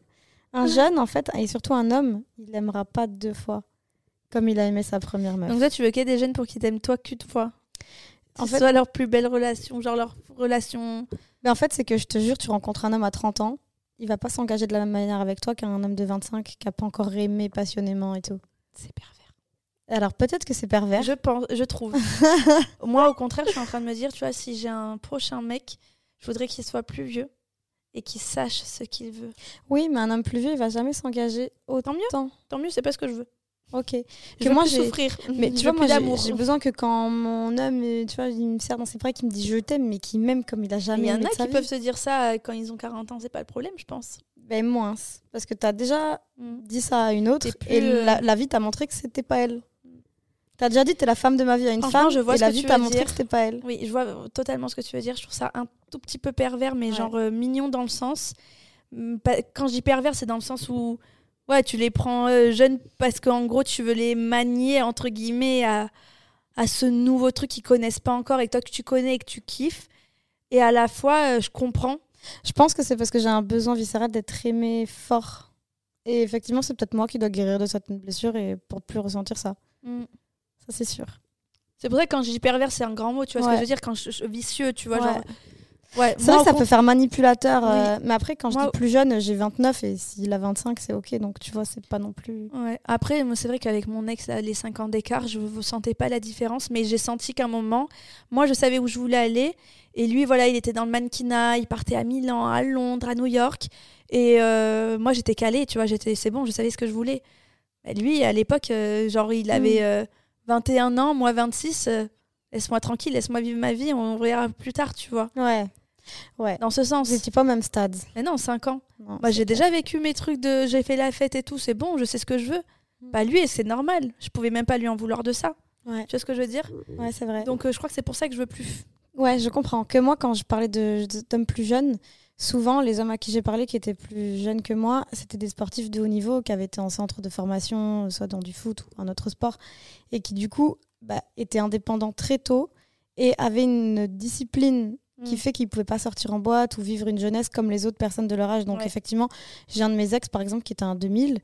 Un jeune, en fait, et surtout un homme, il aimera pas deux fois, comme il a aimé sa première meuf. Donc toi, tu veux qu'il y ait des jeunes pour qu'ils t'aiment toi qu'une fois. En En fait- fait, soit leur plus belle relation, genre leur relation. Mais en fait, c'est que je te jure, tu rencontres un homme à trente ans, il va pas s'engager de la même manière avec toi qu'un homme de vingt-cinq qui a pas encore aimé passionnément et tout. C'est pervers. Alors peut-être que c'est pervers. Je pense, je trouve. Moi, au contraire, je suis en train de me dire, tu vois, si j'ai un prochain mec, je voudrais qu'il soit plus vieux et qu'il sache ce qu'il veut. Oui, mais un homme plus vieux, il va jamais s'engager autant. Tant mieux. Tant mieux, c'est pas ce que je veux. Ok. Je Que veux moi, plus j'ai- souffrir. Mais Je tu veux vois, moi, plus j'ai d'amour. j'ai besoin que quand mon homme, euh, tu vois, il me serre dans ses bras, qu'il me dit je t'aime, mais qu'il m'aime comme il a Il jamais y en aimé a de sa qui vie. peuvent se dire ça euh, quand ils ont quarante ans, c'est pas le problème, je pense. Ben moins. Parce que t'as déjà Mm. dit ça à une autre T'es plus, et euh, la, la vie t'a montré que c'était pas elle. T'as déjà dit t'es la femme de ma vie à une Franchement, femme je vois et ce la que vie tu t'a veux montré dire. que c'était pas elle. Oui, je vois totalement ce que tu veux dire. Je trouve ça un tout petit peu pervers, mais Ouais. genre euh, mignon dans le sens. Hum, pas- Quand je dis pervers, c'est dans le sens où ouais, tu les prends euh, jeunes parce qu'en gros, tu veux les manier, entre guillemets, à, à ce nouveau truc qu'ils connaissent pas encore et que toi que tu connais et que tu kiffes. Et à la fois, euh, je comprends. Je pense que c'est parce que j'ai un besoin viscéral d'être aimée fort. Et effectivement, c'est peut-être moi qui dois guérir de certaines blessures et pour plus ressentir ça. Hum. Ça, c'est sûr. C'est pour ça que quand je dis pervers, c'est un grand mot. Tu vois ce Ouais. que je veux dire quand je, je- vicieux, tu vois. Ouais. Genre, ouais, C'est moi, vrai au que ça con- peut faire manipulateur. Oui. euh, mais après, quand je Moi- dis plus jeune, j'ai vingt-neuf et s'il a vingt-cinq, c'est ok. Donc, tu vois, c'est pas non plus. Ouais. Après, moi, c'est vrai qu'avec mon ex, là, les cinq ans d'écart, je ne sentais pas la différence, mais j'ai senti qu'à un moment, moi, je savais où je voulais aller. Et lui, voilà, il était dans le mannequinat, il partait à Milan, à Londres, à New York. Et euh, moi, j'étais calée, tu vois, j'étais, c'est bon, je savais ce que je voulais. Et lui, à l'époque, euh, genre, il avait euh, vingt et un ans, moi vingt-six. euh, laisse-moi tranquille, laisse-moi vivre ma vie, on verra plus tard, tu vois. Ouais. Ouais. Dans ce sens. Vous étiez pas au même stade. Mais non, cinq ans. Non, Moi, c'est j'ai clair. déjà vécu mes trucs de j'ai fait la fête et tout, c'est bon, je sais ce que je veux. Mm. Bah lui, c'est normal. Je pouvais même pas lui en vouloir de ça. Ouais. Tu vois ce que je veux dire? Ouais, c'est vrai. Donc euh, je crois que c'est pour ça que je veux plus. Ouais, je comprends. Que moi, quand je parlais de, de- d'hommes plus jeunes, souvent, les hommes à qui j'ai parlé qui étaient plus jeunes que moi, c'était des sportifs de haut niveau qui avaient été en centre de formation, soit dans du foot ou un autre sport, et qui, du coup, bah, étaient indépendants très tôt et avaient une discipline qui Mm. fait qu'ils ne pouvaient pas sortir en boîte ou vivre une jeunesse comme les autres personnes de leur âge. Donc, Ouais. effectivement, j'ai un de mes ex, par exemple, qui était un deux mille.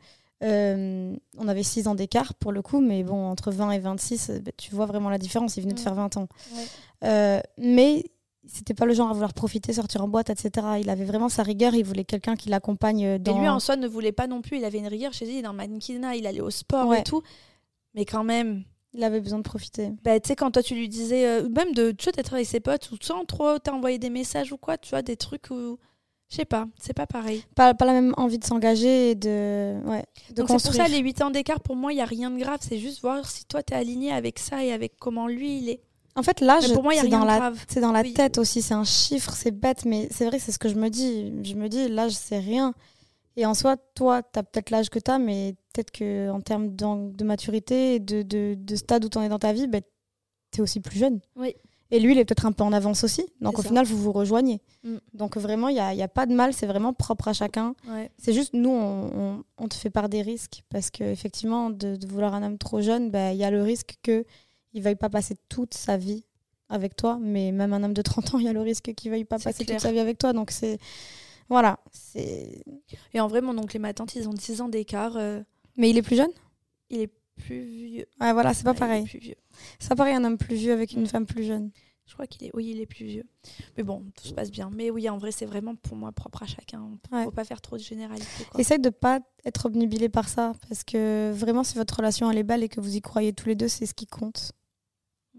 Euh, on avait six ans d'écart pour le coup, mais bon, entre vingt et vingt-six, euh, bah, tu vois vraiment la différence. Il venait de Mm. faire vingt ans. Ouais. Euh, mais c'était pas le genre à vouloir profiter, sortir en boîte, et cetera. Il avait vraiment sa rigueur, il voulait quelqu'un qui l'accompagne dans... Et lui en soi ne voulait pas non plus, il avait une rigueur chez lui, dans le mannequinat, il allait au sport Ouais. et tout. Mais quand même, Il avait besoin de profiter. bah, tu sais, quand toi tu lui disais, euh, même de tu vois, d'être avec ses potes, ou sans trop t'envoyer des messages ou quoi, tu vois, des trucs où. Je sais pas, c'est pas pareil. Pas, pas la même envie de s'engager et de, ouais, de Donc c'est pour construire. ça, les huit ans d'écart, pour moi, il y a rien de grave, c'est juste voir si toi t'es aligné avec ça et avec comment lui il est. En fait, l'âge, Mais pour moi, il y a c'est rien dans de la, grave. c'est dans la Oui. tête aussi. C'est un chiffre, c'est bête, mais c'est vrai que c'est ce que je me dis. Je me dis, l'âge, c'est rien. Et en soi, toi, tu as peut-être l'âge que tu as, mais peut-être qu'en termes d'en- de maturité et de, de, de stade où tu en es dans ta vie, bah, tu es aussi plus jeune. Oui. Et lui, il est peut-être un peu en avance aussi. Donc C'est au ça. final, vous vous rejoignez. Mm. Donc vraiment, il n'y a, il y a pas de mal. C'est vraiment propre à chacun. Ouais. C'est juste, nous, on, on, on te fait part des risques. Parce qu'effectivement, de, de vouloir un homme trop jeune, bah, il y a le risque qu'il ne veuille pas passer toute sa vie avec toi. Mais même un homme de trente ans, il y a le risque qu'il ne veuille pas C'est passer clair. toute sa vie avec toi. Donc c'est... Voilà. C'est... Et en vrai, mon oncle et ma tante, ils ont dix ans d'écart. euh, Mais il est plus jeune? il est plus vieux. Ouais, voilà, c'est pas Ouais, il est pareil. plus vieux. C'est pas pareil un homme plus vieux avec une Mm. femme plus jeune. Je crois qu'il est, oui, il est plus vieux. Mais bon, tout se passe bien. Mais oui, en vrai, c'est vraiment pour moi propre à chacun. Faut Ouais. pas faire trop de généralités. Quoi. Essaye de pas être obnubilé par ça. Parce que vraiment, si votre relation elle est belle et que vous y croyez tous les deux, c'est ce qui compte. Mm.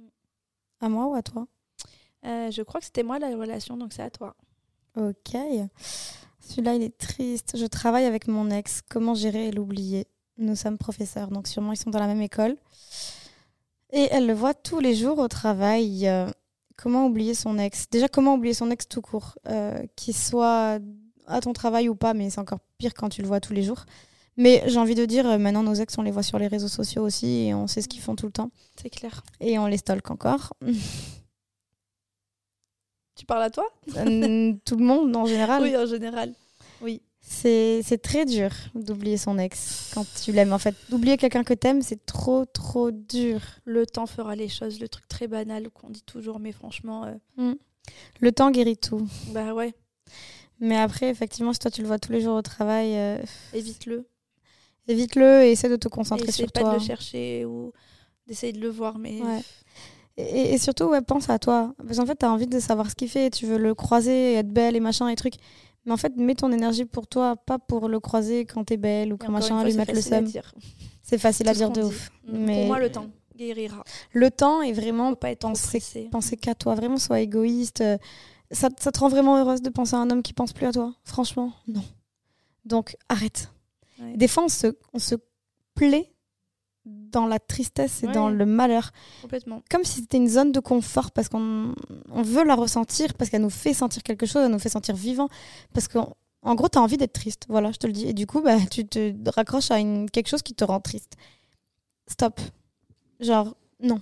À moi ou à toi? Euh, je crois que c'était moi la relation, donc c'est à toi. Ok. Celui-là, il est triste. Je travaille avec mon ex. Comment gérer et l'oublier? Nous sommes professeurs, donc sûrement ils sont dans la même école. Et elle le voit tous les jours au travail. Euh, comment oublier son ex? Déjà, comment oublier son ex tout court? Euh, Qu'il soit à ton travail ou pas, mais c'est encore pire quand tu le vois tous les jours. Mais j'ai envie de dire, euh, maintenant nos ex, on les voit sur les réseaux sociaux aussi et on sait ce qu'ils font tout le temps. C'est clair. Et on les stalk encore. Tu parles à toi? Euh, tout le monde en général. Oui, en général. Oui. C'est, c'est très dur d'oublier son ex quand tu l'aimes. En fait, d'oublier quelqu'un que t'aimes, c'est trop, trop dur. Le temps fera les choses. Le truc très banal qu'on dit toujours, mais franchement, euh, Mm. Le temps guérit tout. bah ouais. Mais après, effectivement, si toi tu le vois tous les jours au travail, euh, évite-le. Évite-le et essaie de te concentrer et sur pas toi. de le chercher ou d'essayer de le voir. Mais... Ouais. Et, et surtout, ouais, pense à toi. Parce qu'en fait, tu as envie de savoir ce qu'il fait, tu veux le croiser, être belle et machin et trucs. Mais en fait, mets ton énergie pour toi, pas pour le croiser quand t'es belle ou quand machin, fois, lui mettre le seum. C'est facile à dire de ouf. Mais... Pour moi, le temps guérira. Le temps est vraiment pas être penser, penser qu'à toi. Vraiment, sois égoïste. Ça, ça te rend vraiment heureuse de penser à un homme qui pense plus à toi? Franchement, non. Donc, arrête. Ouais. Des fois, on se, on se plaît dans la tristesse et ouais. dans le malheur. Complètement. Comme si c'était une zone de confort, parce qu'on on veut la ressentir, parce qu'elle nous fait sentir quelque chose, elle nous fait sentir vivant. Parce qu'en en gros, tu as envie d'être triste. Voilà, je te le dis. Et du coup, bah, tu te raccroches à une, quelque chose qui te rend triste. Stop. Genre, non.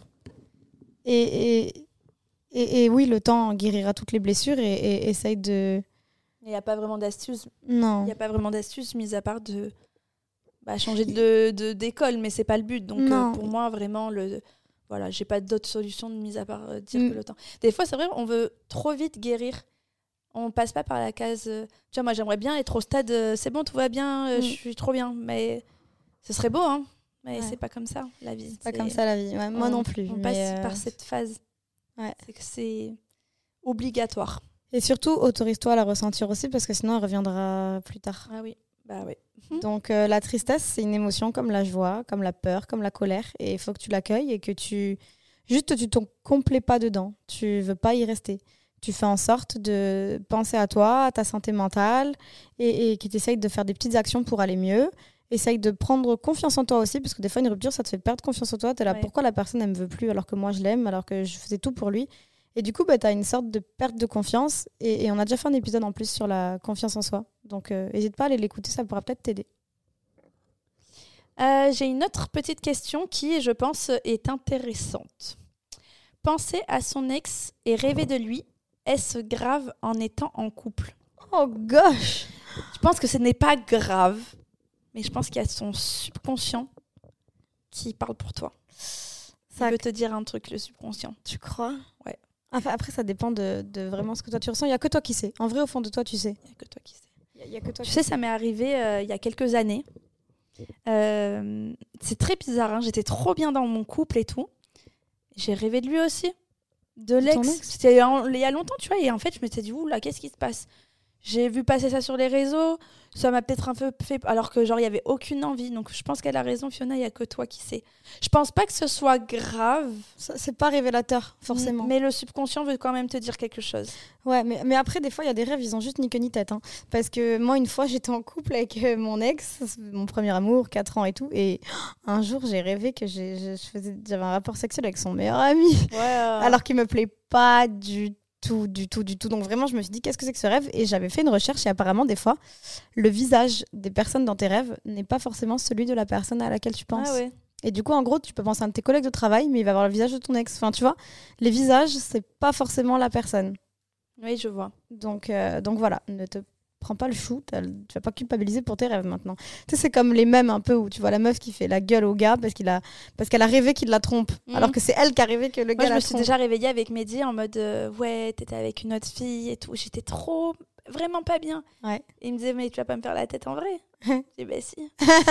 Et, et, et, et oui, le temps guérira toutes les blessures et, et essaye de... Il n'y a pas vraiment d'astuce. Non. Il n'y a pas vraiment d'astuce, mis à part de... Bah, changer de, de, d'école, mais c'est pas le but. Donc euh, pour moi, vraiment, le, voilà, j'ai pas d'autre solution de mise à part euh, dire mm. que le temps. Des fois, c'est vrai, on veut trop vite guérir. On passe pas par la case. Euh, tu vois, moi, j'aimerais bien être au stade. Euh, c'est bon, tout va bien, euh, mm. je suis trop bien. Mais ce serait beau, hein. Mais ouais. c'est pas comme ça, la vie. C'est pas c'est... comme ça, la vie. Ouais, moi on, non plus. On mais passe euh... par cette phase. Ouais. C'est que c'est obligatoire. Et surtout, autorise-toi à la ressentir aussi, parce que sinon, elle reviendra plus tard. Ah oui, bah oui. Donc euh, la tristesse, c'est une émotion comme la joie, comme la peur, comme la colère. Et il faut que tu l'accueilles et que tu... Juste, tu t'en complais pas dedans. Tu veux pas y rester. Tu fais en sorte de penser à toi, à ta santé mentale et, et que tu essayes de faire des petites actions pour aller mieux. Essaye de prendre confiance en toi aussi, parce que des fois, une rupture, ça te fait perdre confiance en toi. T'es là, ouais. Pourquoi la personne, elle me veut plus alors que moi, je l'aime, alors que je faisais tout pour lui. Et du coup, bah, tu as une sorte de perte de confiance. Et, et on a déjà fait un épisode en plus sur la confiance en soi. Donc, n'hésite euh, pas à aller l'écouter, ça pourra peut-être t'aider. Euh, j'ai une autre petite question qui, je pense, est intéressante. Penser à son ex et rêver de lui, est-ce grave en étant en couple? Oh gosh! Je pense que ce n'est pas grave, mais je pense qu'il y a son subconscient qui parle pour toi. Ça peut te dire un truc, le subconscient. Tu crois? Ouais. Enfin, après, ça dépend de, de vraiment ce que toi tu ressens. Il n'y a que toi qui sais. En vrai, au fond de toi, tu sais. Il n'y a que toi qui sais. Il y a que toi tu qui sais, sais. ça m'est arrivé euh, il y a quelques années. Euh, c'est très bizarre. Hein. J'étais trop bien dans mon couple et tout. J'ai rêvé de lui aussi. De l'ex. Ex C'était il y a longtemps, tu vois. Et en fait, je me suis dit, oula, qu'est-ce qui se passe? J'ai vu passer ça sur les réseaux. Ça m'a peut-être un peu fait... Alors que genre, il n'y avait aucune envie. Donc, je pense qu'elle a raison, Fiona. Il n'y a que toi qui sais. Je pense pas que ce soit grave. Ça, c'est pas révélateur, forcément. Mais le subconscient veut quand même te dire quelque chose. Ouais, mais, mais après, des fois, il y a des rêves, ils ont juste ni queue ni tête. Hein. Parce que moi, une fois, j'étais en couple avec euh, mon ex, mon premier amour, quatre ans et tout. Et un jour, j'ai rêvé que j'ai, je, je faisais, j'avais un rapport sexuel avec son meilleur ami. Ouais, euh... Alors qu'il me plaît pas du tout. Tout, du tout, du tout. Donc vraiment, je me suis dit, qu'est-ce que c'est que ce rêve? Et j'avais fait une recherche et apparemment, des fois, le visage des personnes dans tes rêves n'est pas forcément celui de la personne à laquelle tu penses. Ah ouais. Et du coup, en gros, tu peux penser à un de tes collègues de travail, mais il va avoir le visage de ton ex. Enfin, tu vois, les visages, c'est pas forcément la personne. Oui, je vois. Donc, euh, donc voilà, ne te prends pas le chou, tu vas pas culpabiliser pour tes rêves maintenant. Tu sais, c'est comme les mèmes un peu où tu vois la meuf qui fait la gueule au gars parce qu'il a parce qu'elle a rêvé qu'il la trompe, mmh. alors que c'est elle qui a rêvé que le Moi, gars je la me trompe. suis déjà réveillée avec Mehdi en mode euh, ouais, t'étais avec une autre fille et tout. J'étais trop vraiment pas bien. Ouais. Et il me disait mais tu vas pas me faire la tête en vrai? J'ai dit bah si.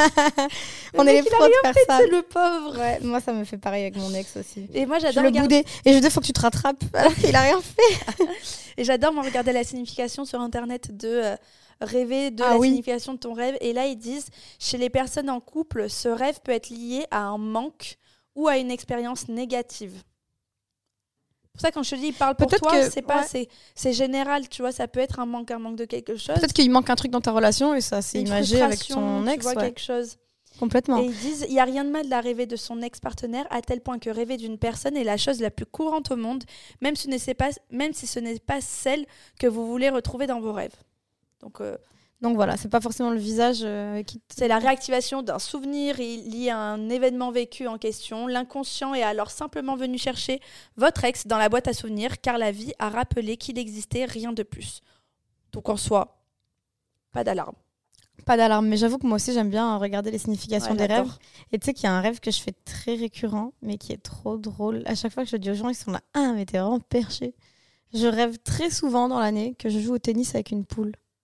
On est les pros de faire ça. C'est le pauvre. Ouais, moi ça me fait pareil avec mon ex aussi. Et moi j'adore je le regarder... boudais et je dis faut que tu te rattrapes alors qu'il a rien fait. Et j'adore moi regarder la signification sur internet de euh, rêver de ah, la oui. signification de ton rêve. Et là ils disent chez les personnes en couple, ce rêve peut être lié à un manque ou à une expérience négative. C'est pour ça quand je te dis il parle pour peut-être toi, que, c'est pas ouais. c'est, c'est général, tu vois, ça peut être un manque, un manque de quelque chose. Peut-être qu'il manque un truc dans ta relation et ça c'est imagé avec ton ex. Tu vois ouais. quelque chose. Complètement. Et ils disent il n'y a rien de mal à rêver de son ex-partenaire à tel point que rêver d'une personne est la chose la plus courante au monde, même si, ce n'est pas, même si ce n'est pas celle que vous voulez retrouver dans vos rêves. Donc, euh, Donc voilà, c'est pas forcément le visage euh, qui... C'est la réactivation d'un souvenir lié à un événement vécu en question. L'inconscient est alors simplement venu chercher votre ex dans la boîte à souvenirs car la vie a rappelé qu'il existait rien de plus. Donc en soi, pas d'alarme. Pas d'alarme, mais j'avoue que moi aussi j'aime bien regarder les significations ouais, des j'adore. rêves. Et tu sais qu'il y a un rêve que je fais très récurrent, mais qui est trop drôle. À chaque fois que je le dis aux gens, ils sont là, ah mais t'es vraiment perché. Je rêve très souvent dans l'année que je joue au tennis avec une poule.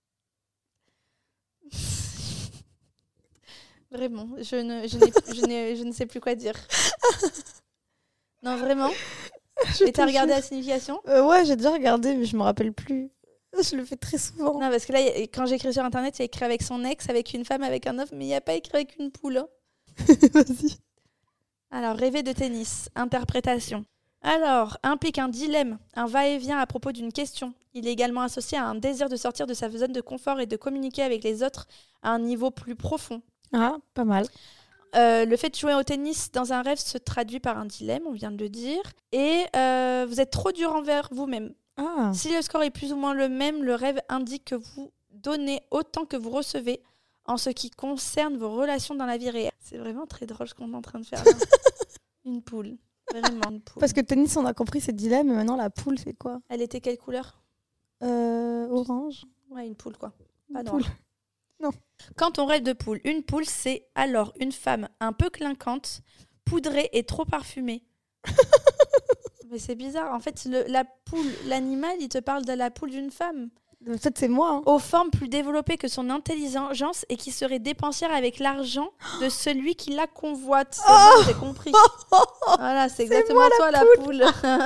Vraiment, je ne, je, n'ai, je, n'ai, je ne sais plus quoi dire. Non, vraiment. Je Et t'as te regardé jure. la signification ? Euh, Ouais, j'ai déjà regardé, mais je me rappelle plus. Je le fais très souvent. Non, parce que là, y a- quand j'écris sur Internet, il y a écrit avec son ex, avec une femme, avec un œuf, mais il n'y a pas écrit avec une poule. hein. Vas-y. Alors, rêver de tennis, interprétation. Alors, implique un dilemme, un va-et-vient à propos d'une question. Il est également associé à un désir de sortir de sa zone de confort et de communiquer avec les autres à un niveau plus profond. Ah, pas mal. Euh, le fait de jouer au tennis dans un rêve se traduit par un dilemme, on vient de le dire. Et euh, vous êtes trop dur envers vous-même. Ah. Si le score est plus ou moins le même, le rêve indique que vous donnez autant que vous recevez en ce qui concerne vos relations dans la vie réelle. C'est vraiment très drôle ce qu'on est en train de faire là. Une poule. Vraiment une poule. Parce que tennis, on a compris, c'est dilemme, mais maintenant la poule, c'est quoi? Elle était quelle couleur ? euh, Orange. Ouais, une poule quoi. Pas Une noire. poule. Non. Quand on rêve de poule, une poule, c'est alors une femme un peu clinquante, poudrée et trop parfumée. Mais c'est bizarre. En fait, le- la poule, l'animal, il te parle de la poule d'une femme. Peut-être c'est moi. Hein. Aux formes plus développées que son intelligence et qui serait dépensière avec l'argent de celui qui la convoite. C'est bon, j'ai compris. Voilà, c'est exactement moi, toi la poule.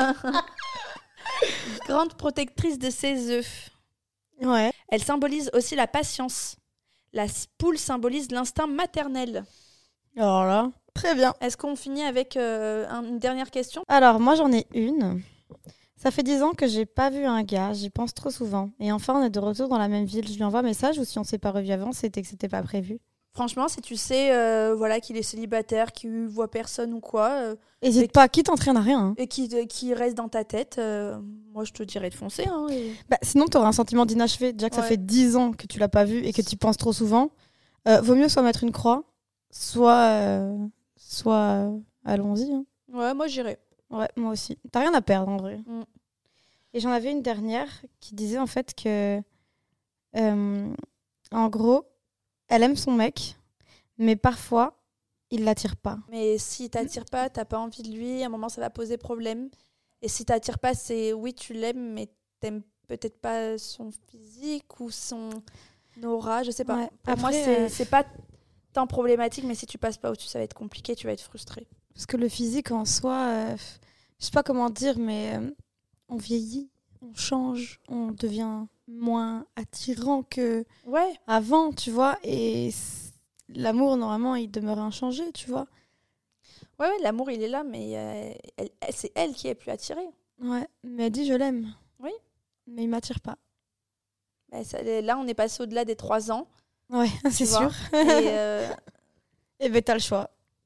Grande protectrice de ses œufs. Ouais. Elle symbolise aussi la patience. La s- poule symbolise l'instinct maternel. Alors là, très bien. Est-ce qu'on finit avec euh, un- une dernière question ? Alors, moi, j'en ai une. Ça fait dix ans que j'ai pas vu un gars, j'y pense trop souvent. Et enfin, on est de retour dans la même ville. Je lui envoie un message ou si on s'est pas revu avant, c'était que c'était pas prévu. Franchement, si tu sais euh, voilà, qu'il est célibataire, qu'il voit personne ou quoi, euh, Hésite Et- pas, qui t'entraîne à rien. Hein. et qui, euh, qui reste dans ta tête, euh, moi je te dirais de foncer. Hein, et- Bah, sinon, t'auras un sentiment d'inachevé. Déjà que ça Ouais. fait dix ans que tu l'as pas vu et que tu y penses trop souvent. Euh, vaut mieux soit mettre une croix, soit. euh, soit. euh, allons-y. Hein. Ouais, moi j'irais. Ouais, moi aussi. T'as rien à perdre en vrai. Mm. Et j'en avais une dernière qui disait en fait que. euh, en gros, elle aime son mec, mais parfois, il l'attire pas. Mais si t'attires pas, t'as pas envie de lui, à un moment ça va poser problème. Et si t'attires pas, c'est oui, tu l'aimes, mais t'aimes peut-être pas son physique ou son aura, je sais pas. Ouais. Pour moi, Après, c'est euh, c'est pas tant problématique, mais si tu passes pas au-dessus, ça va être compliqué, tu vas être frustré. Parce que le physique en soi, euh, je sais pas comment dire, mais euh, on vieillit, on change, on devient moins attirant que Ouais, avant, tu vois. Et c- l'amour, normalement, il demeure inchangé, tu vois. ouais, ouais, l'amour il est là, mais euh, elle- elle- c'est elle qui est plus attirée. Ouais, mais elle dit je l'aime. Oui. Mais il m'attire pas. Bah, ça- là, on est passé au-delà des trois ans. Ouais, c'est vois. sûr. Et euh, Et ben t'as le choix.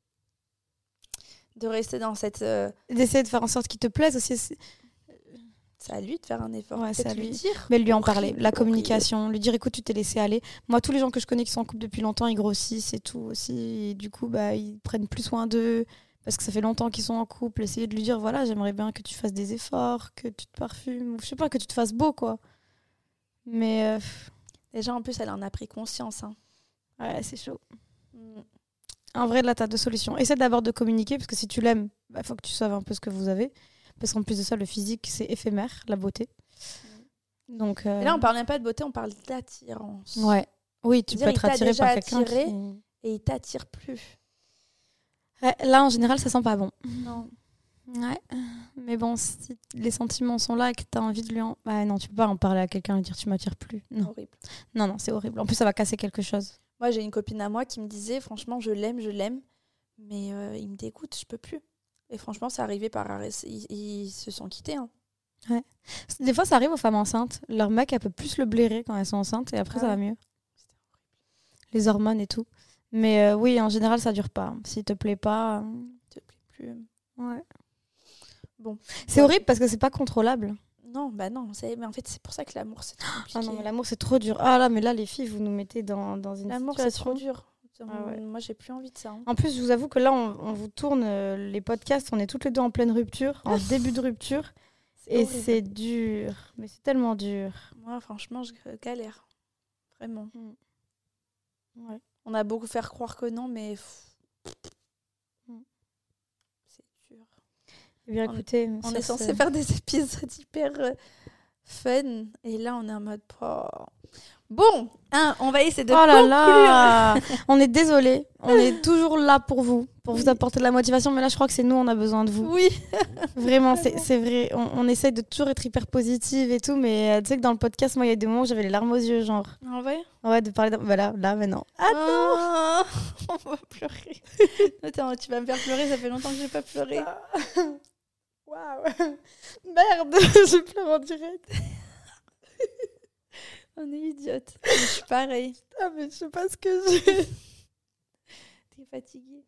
de rester dans cette. euh, D'essayer de faire en sorte qu'il te plaise aussi. c'est- c'est à lui de faire un effort. Ouais, c'est Peut-être à lui lui. dire. Mais lui en Horrible, parler. La horrible. communication. Lui dire écoute, tu t'es laissé aller. Moi, tous les gens que je connais qui sont en couple depuis longtemps, ils grossissent et tout aussi. Et du coup, bah, ils prennent plus soin d'eux. Parce que ça fait longtemps qu'ils sont en couple. Essayer de lui dire voilà, j'aimerais bien que tu fasses des efforts, que tu te parfumes. Ou je sais pas, que tu te fasses beau, quoi. Mais euh, Déjà, en plus, elle en a pris conscience. Hein. ouais, c'est chaud. Mm. En vrai, là, t'as deux solutions. Essaie d'abord de communiquer, parce que si tu l'aimes, il bah, faut que tu saves un peu ce que vous avez. Parce qu'en plus de ça, le physique, c'est éphémère, la beauté. Donc, euh, Et là, on parle même pas de beauté, on parle d'attirance. ouais. Oui, tu C'est-à-dire, peux être il t'a attiré déjà par quelqu'un attiré. qui... Et il t'attire plus. Ouais, là, en général, ça sent pas bon. Non. Ouais. Mais bon, si les sentiments sont là et que t'as envie de lui en... Bah non, tu peux pas en parler à quelqu'un et dire tu m'attires plus. Non, Horrible. non, non, c'est horrible. En plus, ça va casser quelque chose. Moi, j'ai une copine à moi qui me disait, franchement, je l'aime, je l'aime, mais euh, il me dégoûte, je peux plus. Et franchement, c'est arrivé par arrêt. Ils, ils se sont quittés. Hein. Des fois, ça arrive aux femmes enceintes. Leur mec, elle peut plus le blairer quand elles sont enceintes et après, Ah ça va ouais. mieux. Les hormones et tout. Mais euh, oui, en général, ça dure pas. S'il te plaît pas... euh, Ça te plaît plus. Ouais. Bon. C'est Ouais. horrible parce que c'est pas contrôlable. Non, bah non. c'est- Mais en fait, c'est pour ça que l'amour, c'est trop compliqué. Ah non, mais l'amour, c'est trop dur. Ah là, mais là, les filles, vous nous mettez dans, dans une L'amour, c'est situation... trop dur. Ah ouais. Moi, j'ai plus envie de ça. hein. En plus, je vous avoue que là, on, on vous tourne euh, les podcasts, on est toutes les deux en pleine rupture, en début de rupture, et horrible. c'est dur. Mais c'est tellement dur. Moi, franchement, je galère. Vraiment. Ouais. On a beaucoup fait croire que non, mais pff, Mm. c'est dur. Eh bien, On- écoutez, On sur est censé ce- faire des épisodes hyper euh, fun, et là, on est en mode. Oh. Bon, hein, on va essayer de Oh là conclure. là. On est désolé. On est toujours là pour vous, pour vous apporter de la motivation. Mais là, je crois que c'est nous, on a besoin de vous. Oui. Vraiment, c'est, c'est vrai. On, on essaye de toujours être hyper positive et tout. Mais euh, tu sais que dans le podcast, moi, il y a des moments où j'avais les larmes aux yeux, genre. En vrai. Ouais, de parler. De... Bah là, là, maintenant. Ah non. On va pleurer. Attends, tu vas me faire pleurer. Ça fait longtemps que j'ai pas pleuré. Waouh. Merde, je pleure en direct. On est idiote. Je suis pareil. Ah, mais je sais pas ce que j'ai. T'es fatiguée.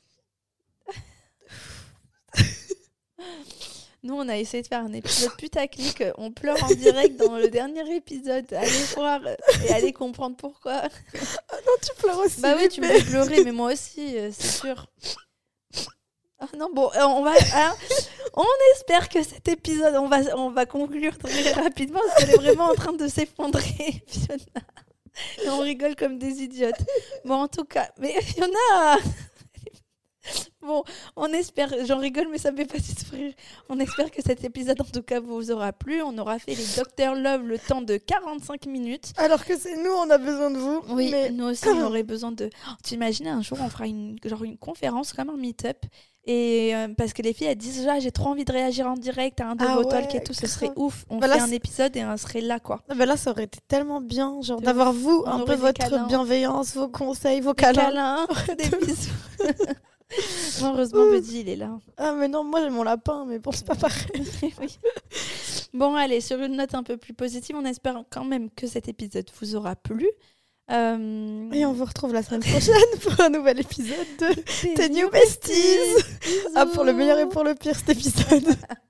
Nous, on a essayé de faire un épisode putaclic. On pleure en direct dans le dernier épisode. Allez voir et allez comprendre pourquoi. Ah non, tu pleures aussi. Bah oui, tu me fais pleurer, mais moi aussi, c'est sûr. Ah non, bon, on va... Hein, on espère que cet épisode, on va, on va conclure très rapidement parce qu'elle est vraiment en train de s'effondrer, Fiona. Et on rigole comme des idiotes. Bon, en tout cas, mais Fiona... Bon, on espère, j'en rigole, mais ça me fait pas souffrir. On espère que cet épisode, en tout cas, vous aura plu. On aura fait les docteur Love le temps de quarante-cinq minutes. Alors que c'est nous, on a besoin de vous. Oui, mais... nous aussi, on aurait besoin de... Oh, tu imagines, un jour, on fera une, genre une conférence comme un meet-up. Et euh, parce que les filles, elles disent déjà, ah, j'ai trop envie de réagir en direct à un de ah vos ouais, talks et tout. Ce grave. serait ouf. On bah fait là, un épisode et on serait là, quoi. Ah bah là, ça aurait été tellement bien, genre De d'avoir ouf. vous, On un aurait peu des votre câlins. bienveillance, vos conseils, vos Des câlins. câlins, des bisous. Bon, heureusement, Buddy, il est là. Ah mais non, moi j'ai mon lapin, mais bon, c'est pas pareil. Oui. Bon, allez, sur une note un peu plus positive, on espère quand même que cet épisode vous aura plu. Euh... Et on vous retrouve la semaine prochaine pour un nouvel épisode de Tes Tes New New Besties. Besties. Ah, pour le meilleur et Bisous. pour le pire cet épisode.